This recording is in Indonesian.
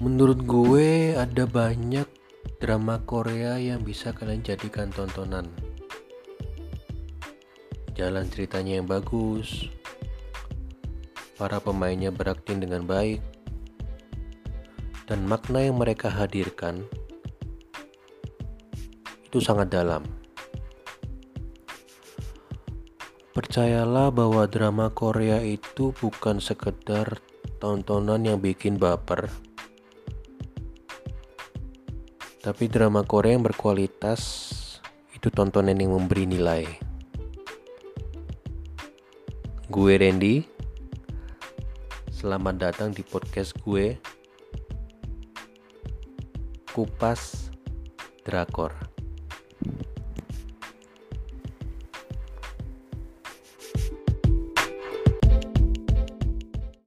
Menurut gue ada banyak drama Korea yang bisa kalian jadikan tontonan. Jalan ceritanya yang bagus, para pemainnya berakting dengan baik, dan makna yang mereka hadirkan itu sangat dalam. Percayalah bahwa drama Korea itu bukan sekedar tontonan yang bikin baper, tapi drama Korea yang berkualitas itu tontonan yang memberi nilai. Gue Randy, selamat datang di podcast gue, Kupas Drakor.